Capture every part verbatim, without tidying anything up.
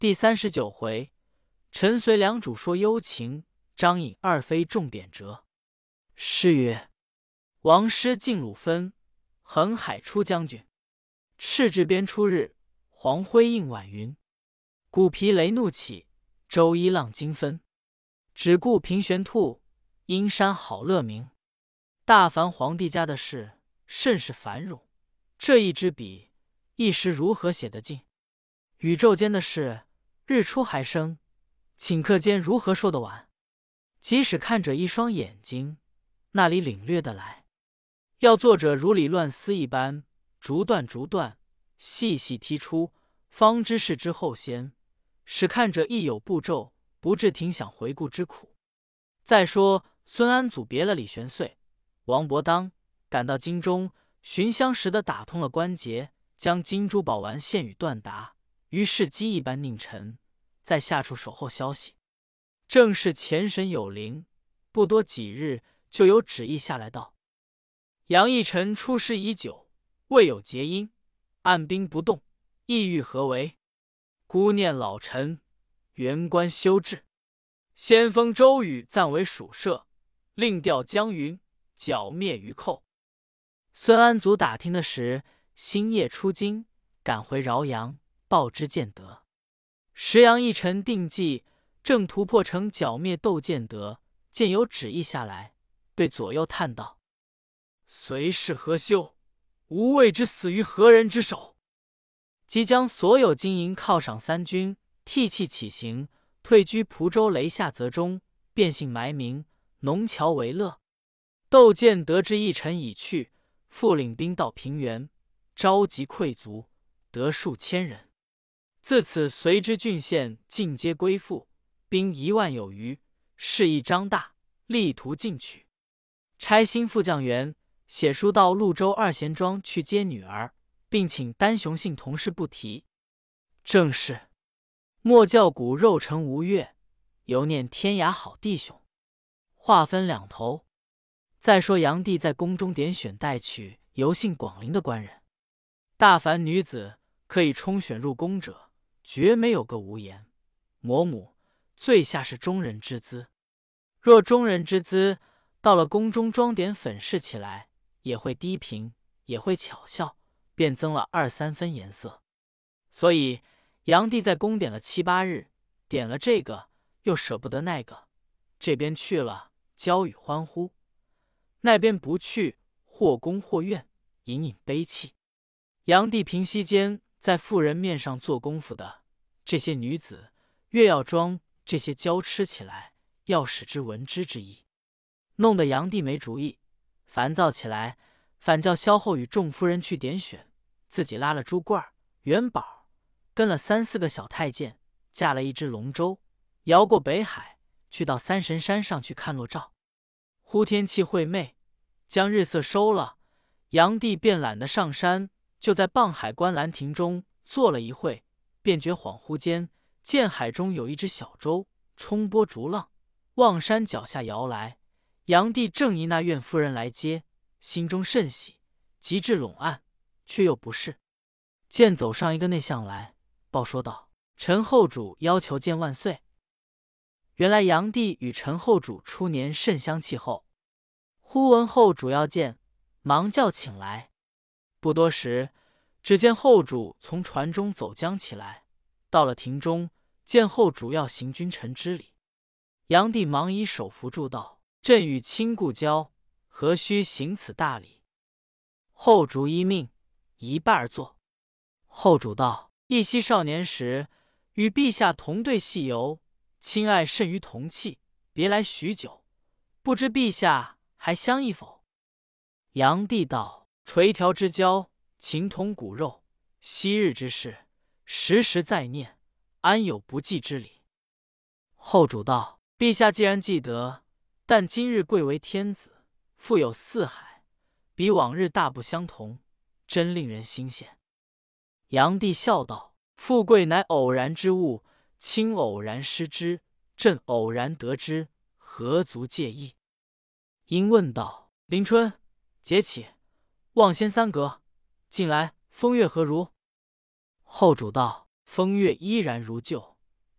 第三十九回，陈随两主说幽情，张引二妃重贬谪。诗曰：王师进鲁分，横海出将军。赤雉边出日，黄辉映晚云。鼓皮雷怒起，周一浪惊分。只顾平玄兔，阴山好乐鸣。大凡皇帝家的事，甚是繁冗。这一支笔，一时如何写得尽？宇宙间的事，日出还生，顷刻间如何说得完？即使看者一双眼睛，那里领略得来？要作者如理乱丝一般，逐段逐段，细细剔出，方知事之后先，使看者亦有步骤，不致停想回顾之苦。再说孙安祖别了李玄岁、王伯当，赶到京中，寻相识的打通了关节，将金珠宝丸献与段达，于是机一般佞臣，在下处守候消息。正是前神有灵，不多几日，就有旨意下来道：杨义臣出师已久，未有结因，按兵不动，意欲何为？孤念老臣，原官修治。先锋周瑜暂为属舍，另调江云，剿灭余寇。孙安祖打听的时，星夜出京，赶回饶阳，报之建德。时杨义臣定计，正突破城剿灭窦建德，见有旨意下来，对左右叹道：随是何休？吾谓之死于何人之手？即将所有金银犒赏三军，替气起行，退居蒲州雷下泽中，变姓埋名，农樵为乐。窦建得知义臣已去，复领兵到平原，召集溃卒，得数千人。自此随之郡县尽皆归附，兵一万有余，事意张大，力图进取。差新副将员写书到潞州二贤庄去接女儿，并请单雄信同事不提。正是莫教骨肉成吴越，犹念天涯好弟兄。话分两头。再说杨帝在宫中点选带去游姓广陵的官人，大凡女子可以充选入宫者，绝没有个无言。嬷母最下是中人之资，若中人之资到了宫中装点粉饰起来，也会低平，也会巧笑，便增了二三分颜色。所以杨帝在宫点了七八日，点了这个又舍不得那个，这边去了交与欢呼，那边不去，或宫或怨，隐隐悲戚。杨帝平息间在妇人面上做功夫的这些女子，越要装这些娇痴起来，要使之闻之之意，弄得杨帝没主意，烦躁起来，反叫萧后与众夫人去点选，自己拉了朱贵儿、元宝，跟了三四个小太监，驾了一只龙舟，摇过北海，去到三神山上去看落照。忽天气晦昧，将日色收了，杨帝便懒得上山，就在傍海观兰亭中坐了一会，便觉恍惚间，见海中有一只小舟，冲波逐浪，望山脚下摇来。杨帝正宜那怨夫人来接，心中甚喜，急至拢岸，却又不是。见走上一个内相来，报说道：陈后主要求见万岁。原来杨帝与陈后主初年甚相契厚，忽闻后主要见，忙叫请来。不多时，只见后主从船中走将起来，到了庭中，见后主要行君臣之礼。杨帝忙以手扶住道：朕与亲故交，何须行此大礼？后主依命，一拜而坐。后主道：忆昔少年时，与陛下同对戏游，亲爱甚于同气，别来许久，不知陛下还相忆否？杨帝道：垂髫之交，情同骨肉，昔日之事，时时在念，安有不记之理？后主道：陛下既然记得，但今日贵为天子，富有四海，比往日大不相同，真令人欣羡。杨帝笑道：富贵乃偶然之物，卿偶然失之，朕偶然得之，何足介意？因问道：临春节起，望仙三阁，近来风月何如？后主道：风月依然如旧，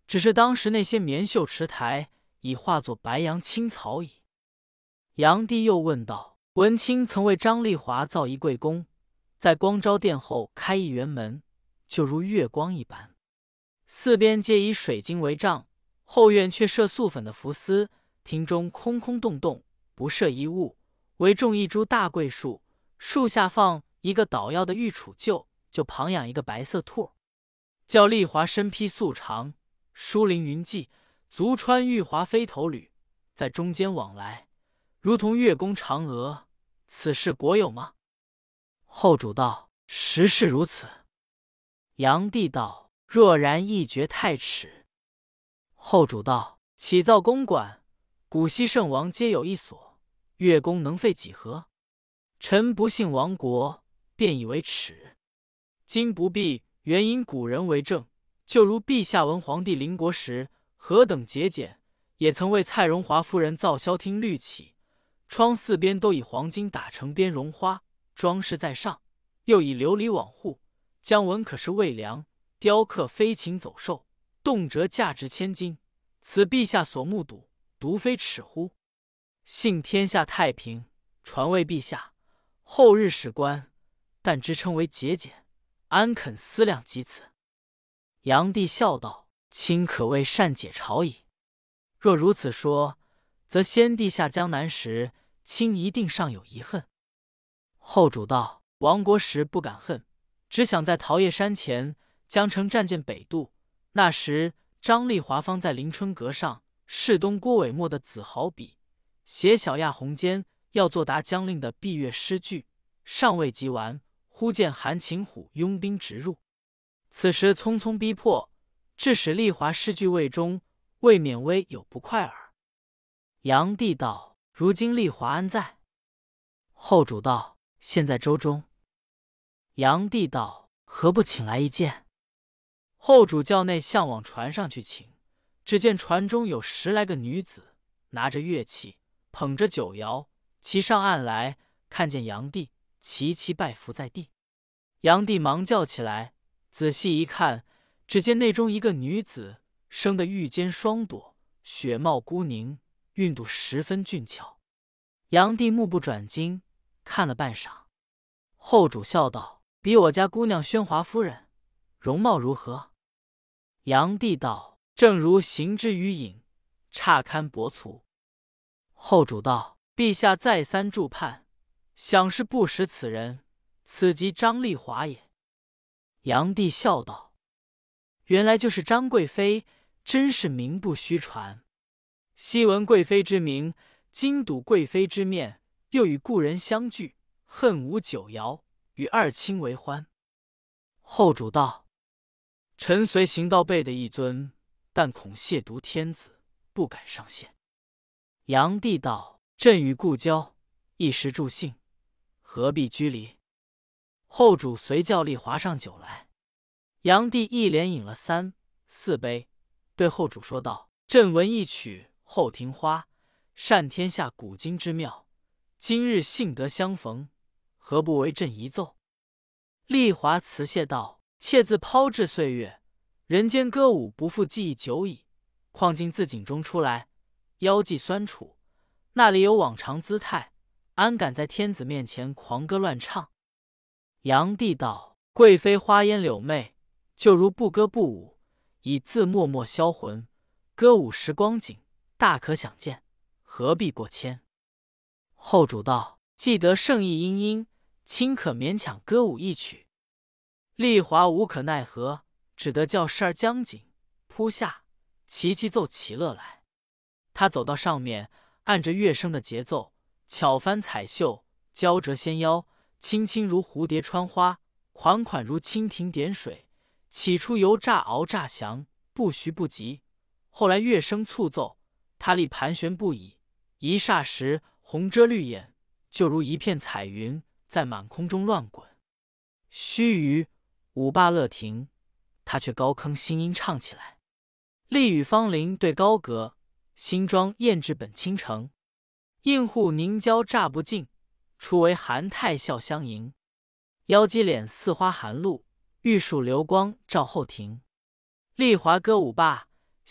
只是当时那些棉绣池台已化作白杨青草矣。炀帝又问道：文卿曾为张丽华造一贵宫，在光昭殿后开一辕门，就如月光一般，四边皆以水晶为帐，后院却设素粉的浮丝，庭中空空洞洞，不设一物，唯种一株大桂树，树下放一个捣药的玉杵臼，就旁养一个白色兔，叫丽华身披素裳，梳凌云髻，足穿玉华飞头履，在中间往来，如同月宫嫦娥。此事果有吗？后主道：实是如此。炀帝道：若然，亦觉太迟。后主道：启造公馆，古稀圣王皆有一所，月宫能费几何？臣不幸亡国，便以为耻。今不必，原因古人为证，就如陛下文皇帝临国时何等节俭，也曾为蔡荣华夫人造消厅绿绮，窗四边都以黄金打成边绒花，装饰在上，又以琉璃网户，将文可是魏良，雕刻飞禽走兽，动辄价值千金。此陛下所目睹，独非耻乎？幸天下太平，传位陛下，后日史官，但知称为节俭，安肯思量及此？炀帝笑道：卿可谓善解朝矣。若如此说，则先帝下江南时，卿一定尚有遗恨。后主道：亡国时不敢恨，只想在桃叶山前江城战舰北渡，那时张丽华方在临春阁上，侍东郭伟墨的子豪笔，写小亚红笺，要作答江令的闭月诗句，尚未及完，忽见韩擒虎拥兵直入，此时匆匆逼迫，致使丽华诗句未终，未免微有不快耳。炀帝道：如今丽华安在？后主道：现在舟中。炀帝道：何不请来一见？后主叫内相往船上去请，只见船中有十来个女子，拿着乐器，捧着酒肴，骑上岸来，看见炀帝，齐齐拜伏在地。炀帝忙叫起来，仔细一看，只见内中一个女子，生得玉肩双朵，雪貌孤凝，韵度十分俊俏。炀帝目不转睛，看了半晌。后主笑道：比我家姑娘宣华夫人，容貌如何？炀帝道：正如行之于影，差堪薄俗。后主道：陛下再三助盼，想是不识此人，此即张丽华也。炀帝笑道：原来就是张贵妃，真是名不虚传。昔闻贵妃之名，今睹贵妃之面，又与故人相聚，恨无酒肴，与二卿为欢。后主道：臣虽行到背的一尊，但恐亵渎天子，不敢上献。炀帝道：朕与故交，一时助兴，何必拘离？后主随叫丽华上酒来。炀帝一连饮了三四杯，对后主说道：朕闻一曲《后庭花》，善天下古今之妙，今日幸得相逢，何不为朕一奏？丽华辞谢道：妾自抛掷岁月，人间歌舞不复记忆久矣，况今自井中出来，腰际酸楚，那里有往常姿态，安敢在天子面前狂歌乱唱？炀帝道：贵妃花烟柳媚，就如不歌不舞，以自默默销魂，歌舞时光景，大可想见，何必过谦？后主道：既得圣意殷殷，卿可勉强歌舞一曲。丽华无可奈何，只得叫侍儿将锦铺下，齐齐奏齐乐来。他走到上面，按着乐声的节奏，巧翻彩绣，交折纤腰，轻轻如蝴蝶穿花，款款如蜻蜓点水。起初由乍翱乍翔，不徐不急，后来乐声促奏，他力盘旋不已，一霎时红遮绿掩，就如一片彩云在满空中乱滚。须臾，舞罢乐停，他却高铿新音唱起来：丽宇芳龄对高阁，新妆艳质本倾城。映户凝娇乍不尽，初为韩泰笑相迎。腰肌脸似花含露，玉树流光照后庭。丽华歌舞罢，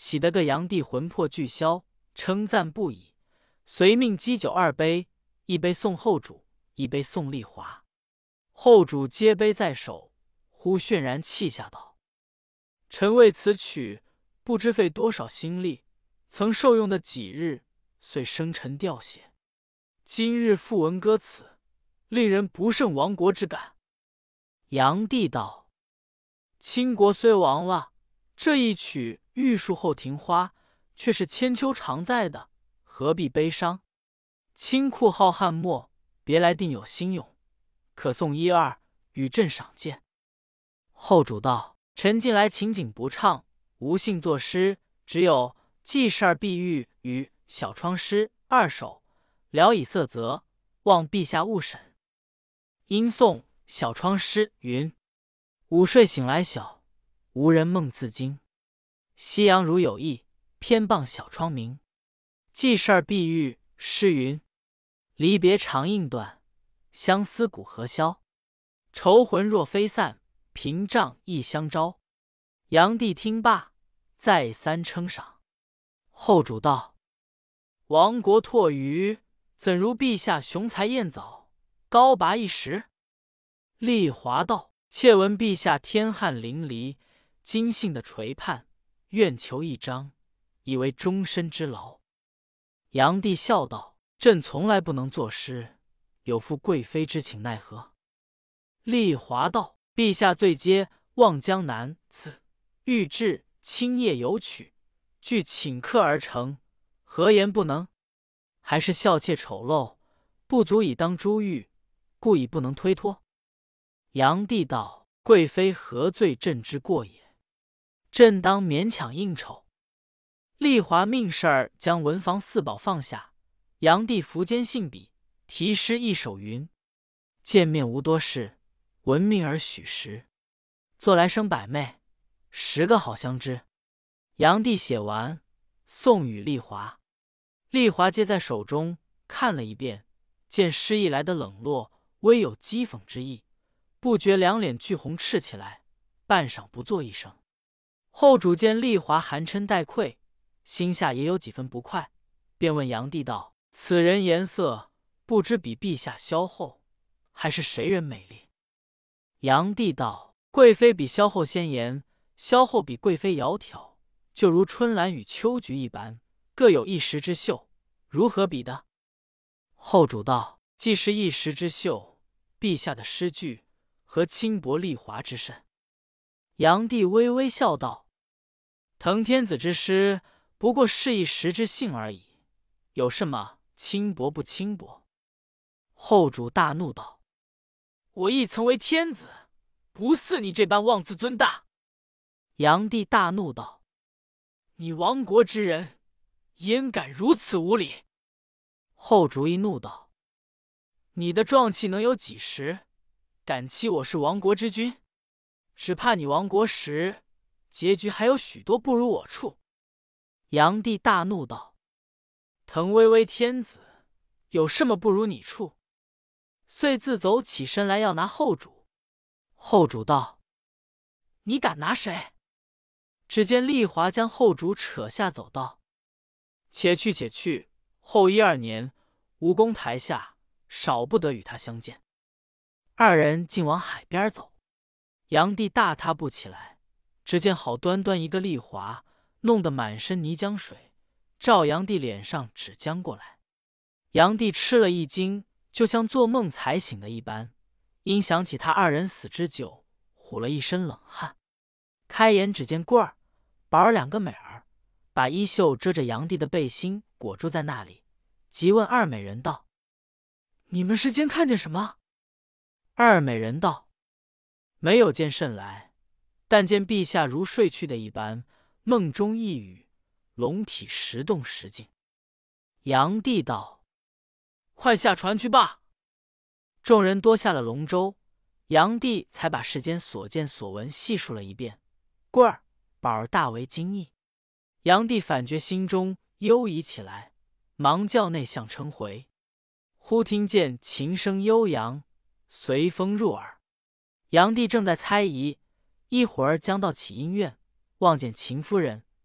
喜得个炀帝魂魄俱消，称赞不已，遂命击酒二杯，一杯送后主，一杯送丽华。后主接杯在手，忽泫然泣下道：“臣为此曲不知费多少心力，曾受用的几日，遂生沉掉血。今日复闻歌此，令人不胜亡国之感。”炀帝道：“倾国虽亡了，这一曲玉树后庭花，却是千秋常在的，何必悲伤？清酷浩瀚漠，别来定有新咏，可送一二，与朕赏鉴。”后主道：“臣近来情景不畅，无幸作诗，只有《记事儿碧玉》与《小窗诗》二首，聊以色泽，望陛下勿审。”因诵《小窗诗》云：“午睡醒来晓，无人梦自惊。夕阳如有意，偏傍小窗明。记事儿碧玉诗云：离别长应断，相思古何消？愁魂若飞散，屏障亦相招。”炀帝听罢，再三称赏。后主道：“亡国唾余，怎如陛下雄才燕藻，高拔一时？”丽华道：“妾闻陛下天汉淋漓，今幸的垂盼，愿求一章，以为终身之劳。”炀帝笑道：“朕从来不能作诗，有负贵妃之请，奈何？”丽华道：“陛下最接《望江南》词，欲制清夜有曲，据请客而成，何言不能？还是孝妾丑陋，不足以当珠玉，故已不能推脱。”炀帝道：“贵妃何罪朕之过也？朕当勉强应酬。”丽华命事儿将文房四宝放下，炀帝伏肩信笔，题诗一首云：“见面无多事，闻命而许时。做来生百媚，十个好相知。”炀帝写完，送与丽华。丽华接在手中，看了一遍，见诗意来的冷落，微有讥讽之意，不觉两脸俱红赤起来，半晌不作一声。后主见丽华含嗔待愧，心下也有几分不快，便问炀帝道：“此人颜色不知比陛下萧后，还是谁人美丽？”炀帝道：“贵妃比萧后鲜颜，萧后比贵妃窈窕，就如春兰与秋菊一般，各有一时之秀，如何比的？”后主道：“既是一时之秀，陛下的诗句何轻薄丽华之甚？”炀帝微微笑道：“滕天子之诗，不过是一时之兴而已，有什么轻薄不轻薄？”后主大怒道：“我亦曾为天子，不似你这般妄自尊大。”炀帝大怒道：“你亡国之人，焉敢如此无礼？”后主一怒道：“你的壮气能有几时，敢欺我是亡国之君？只怕你亡国时，结局还有许多不如我处。”炀帝大怒道：“滕巍巍天子，有什么不如你处？”遂自走起身来要拿后主。后主道：“你敢拿谁？”只见丽华将后主扯下走道：“且去且去，后一二年，吴宫台下少不得与他相见。”二人竟往海边走。炀帝大踏步起来，只见好端端一个丽华，弄得满身泥浆水，照炀帝脸上只浆过来。炀帝吃了一惊，就像做梦才醒的一般，因想起他二人死之久，唬了一身冷汗。开眼只见棍儿、宝儿两个美儿，把衣袖遮着炀帝的背心裹住在那里，急问二美人道：“你们是间看见什么？”二美人道：“没有见甚来，但见陛下如睡去的一般，梦中一语，龙体时动时静。”炀帝道：“快下船去罢。”众人多下了龙舟，炀帝才把世间所见所闻细述了一遍。棍儿、宝儿大为惊异。炀帝反觉心中忧疑起来，忙叫内相称回。忽听见琴声悠扬，随风入耳。炀帝正在猜疑，一会儿将到启音院，望见秦夫人、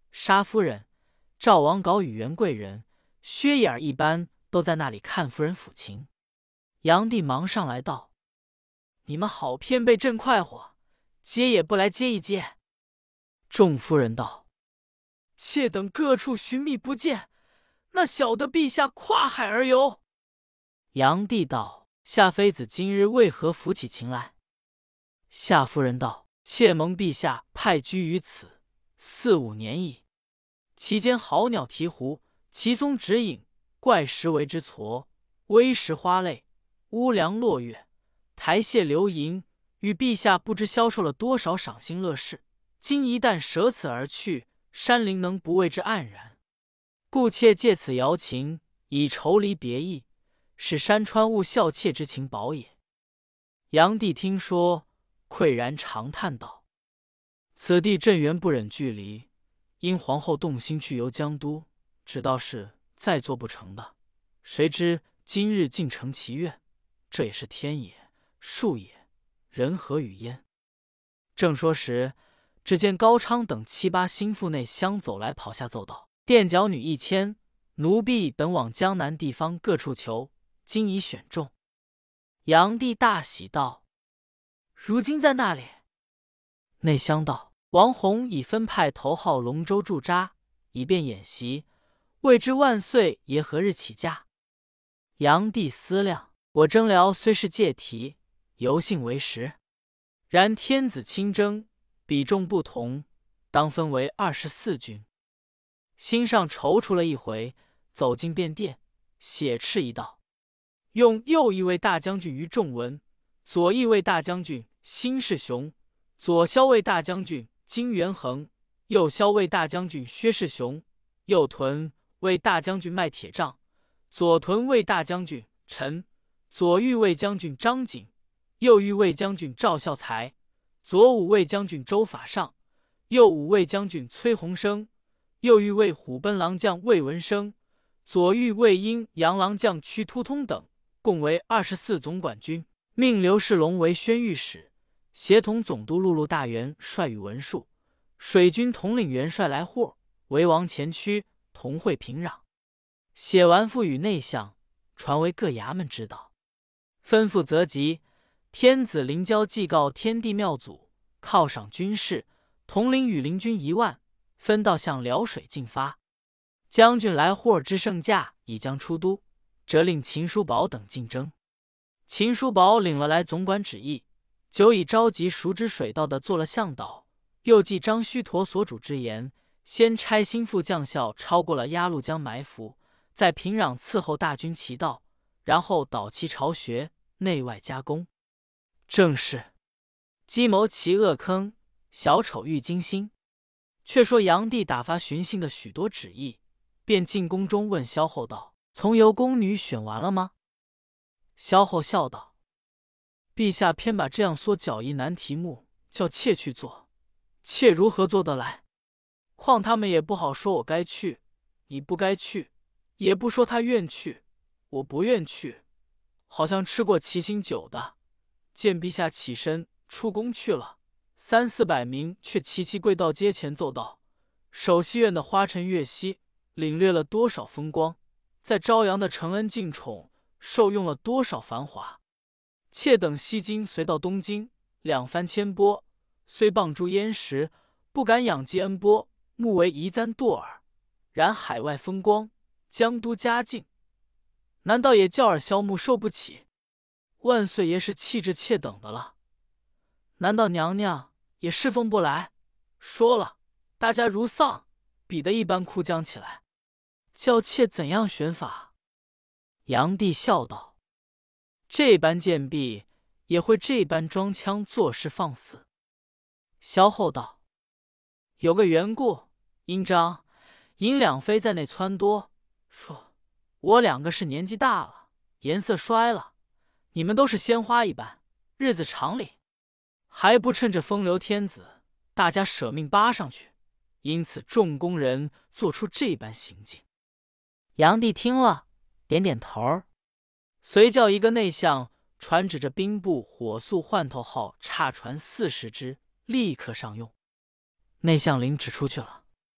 沙夫人、赵王镐与袁贵人、薛眼儿一般都在那里看夫人抚琴。炀帝忙上来道：“你们好偏被朕快活，接也不来接一接。”众夫人道：“妾等各处寻觅不见，那晓得陛下跨海而游。”炀帝道：“夏妃子今日为何抚起琴来？”夏夫人道：“妾蒙陛下派居于此四五年矣，其间好鸟啼胡，奇松指影，怪石为之矬，微石花泪，乌梁落月，台榭流萤，与陛下不知销售了多少赏心乐事。今一旦舍此而去，山林能不为之黯然？故妾借此瑶琴，以酬离别意，使山川勿笑妾之情薄也。”炀帝听说，喟然长叹道：“此地朕原不忍距离，因皇后动心去游江都，只道是再做不成的。谁知今日竟成其愿，这也是天也，数也，人何与焉？”正说时，只见高昌等七八心腹内相走来，跑下奏道：“垫脚女一千，奴婢等往江南地方各处求，今已选中。”炀帝大喜道：“如今在那里？”内相道：“王弘已分派头号龙舟驻扎，以便演习，未知万岁爷何日起驾？”炀帝思量，我征辽虽是借题，犹信为实。然天子亲征，比重不同，当分为二十四军。心上踌躇了一回，走进便殿，写敕一道：“用右翼卫大将军于仲文，左翼卫大将军辛世雄，左骁卫大将军金元衡，右骁卫大将军薛世雄，右屯卫大将军麦铁杖，左屯卫大将军陈，左御卫将军张景，右御卫将军赵孝才，左武卫将军周法上，右武卫将军崔洪生，右御卫虎贲郎将魏文生，左御卫阴阳郎将屈突通等，共为二十四总管军。命刘世龙为宣谕使，协同总督陆路大元帅与文术，水军统领元帅来护为王前驱，同会平壤。”写完赋与内相，传为各衙门知道。吩咐则急，天子临交祭告天地庙祖，犒赏军士，统领羽林军一万，分道向辽水进发。将军来霍尔之圣驾已将出都，责令秦叔宝等进征。秦叔宝领了来总管旨意，久已召集熟知水道的做了向导，又记张须陀所主之言，先差心腹将校超过了鸭绿江埋伏，在平壤伺候大军齐到，然后导其巢穴，内外夹攻。正是计谋其恶坑，小丑喻惊心。却说炀帝打发巡幸的许多旨意，便进宫中问萧后道：“从游宫女选完了吗？”萧后笑道：“陛下偏把这样缩脚一难题目叫妾去做，妾如何做得来？况他们也不好说我该去，你不该去，也不说他愿去，我不愿去，好像吃过七星酒的。见陛下起身出宫去了，三四百名却齐齐跪到阶前奏道：首西院的花城月夕，领略了多少风光，在朝阳的承恩敬宠，受用了多少繁华。妾等西京随到东京，两番牵拨，虽傍诸焉识，不敢仰及恩波，目为宜簪堕耳。然海外风光，江都佳境，难道也叫尔萧目受不起？万岁爷是气质妾等的了，难道娘娘也侍奉不来？说了，大家如丧彼得一般哭将起来，叫妾怎样选法？炀帝笑道：这般贱婢也会这般装腔作势放肆。萧后道：有个缘故，因张银两妃在内撺掇，说我两个是年纪大了，颜色衰了，你们都是鲜花一般，日子长里，还不趁着风流天子，大家舍命扒上去，因此众宫人做出这般行径。炀帝听了，点点头儿，遂叫一个内相传旨着兵部火速换头号差船四十只，立刻上用。内相领旨出去了。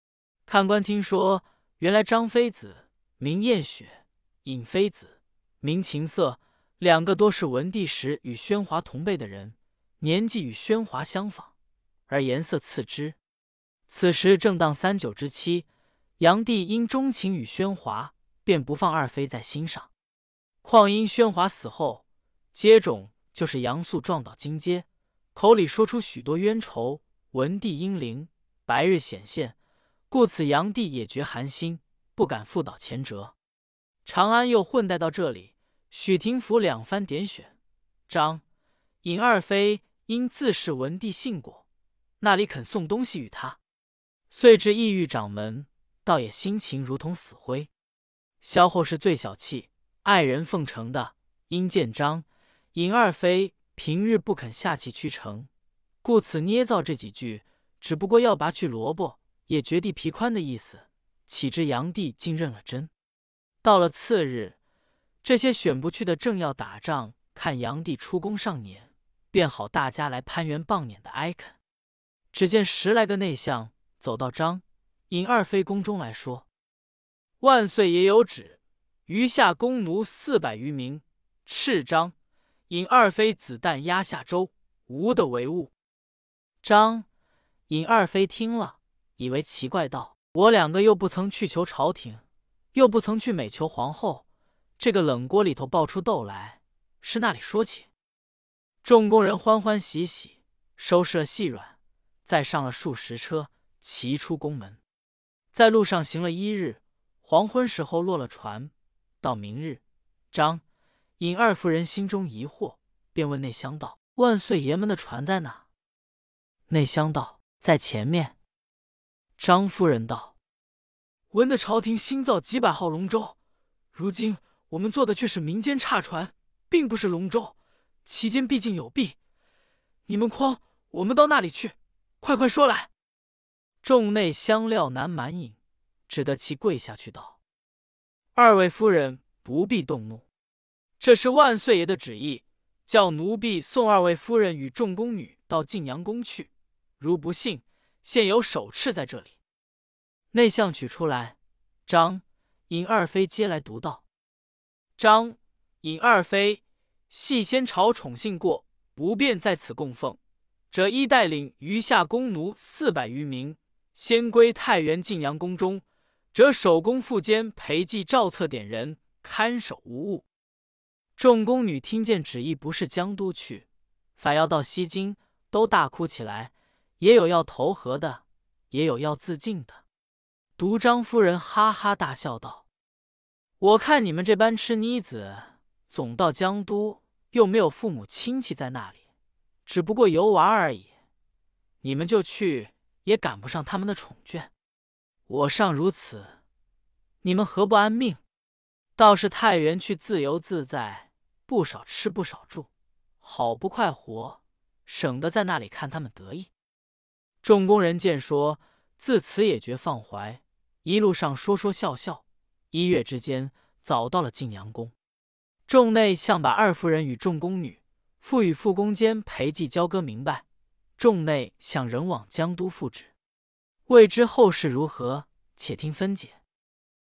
看官听说，原来张妃子名艳雪，尹妃子名琴瑟，两个多是文帝时与宣华同辈的人，年纪与宣华相仿，而颜色次之。此时正当三九之期，炀帝因钟情与宣华，便不放二妃在心上。况因宣华死后，接踵就是杨素撞倒荆阶，口里说出许多冤仇，文帝英灵，白日显现，故此炀帝也觉寒心，不敢复蹈前辙。长安又混带到这里，许廷甫两番点选，张、尹二妃因自是文帝信果，那里肯送东西与他，遂至意欲掌门，倒也心情如同死灰。萧后是最小气、爱人奉承的，因见张、尹二妃平日不肯下气屈成，故此捏造这几句，只不过要拔去萝卜也掘地皮宽的意思。岂知炀帝竟认了真。到了次日，这些选不去的正要打仗，看炀帝出宫上辇，便好大家来攀援傍辇的哀恳。只见十来个内相走到张、尹二妃宫中来说：“万岁爷有旨，余下宫奴四百余名，敕张、尹二妃子弹压下州，无得为误。”张、尹二妃听了，以为奇怪道：“我两个又不曾去求朝廷，又不曾去美求皇后，这个冷锅里头爆出豆来，是那里说起？”众宫人欢欢喜喜，收拾了细软，再上了数十车，齐出宫门。在路上行了一日，黄昏时候落了船。到明日，张、尹二夫人心中疑惑，便问内乡道：“万岁爷们的船在哪？”内乡道：“在前面。”张夫人道：“闻得朝廷新造几百号龙舟，如今我们坐的却是民间差船，并不是龙舟，其间毕竟有弊。你们诓我们到那里去？快快说来！”众内相料难满饮，只得其跪下去道：“二位夫人不必动怒，这是万岁爷的旨意，叫奴婢送二位夫人与众宫女到晋阳宫去。如不信，现有手敕在这里。”内相取出来，张、尹二妃接来读道：“张、尹二妃系先朝宠幸过，不便在此供奉，者一带领余下宫奴四百余名，先归太原晋阳宫中，则守宫副监陪祭照册点人，看守无误。”众宫女听见旨意不是江都去，反要到西京，都大哭起来，也有要投河的，也有要自尽的。独张夫人哈哈大笑道：“我看你们这般吃妮子，总到江都，又没有父母亲戚在那里，只不过游玩而已。你们就去，也赶不上他们的宠眷。我尚如此，你们何不安命？倒是太原去自由自在，不少吃不少住，好不快活，省得在那里看他们得意。”众宫人见说，自此也觉放怀，一路上说说笑笑，一月之间早到了晋阳宫。众内向把二夫人与众宫女复与副宫监陪祭交割明白，众内向仍往江都复旨。未知后事如何，且听分解。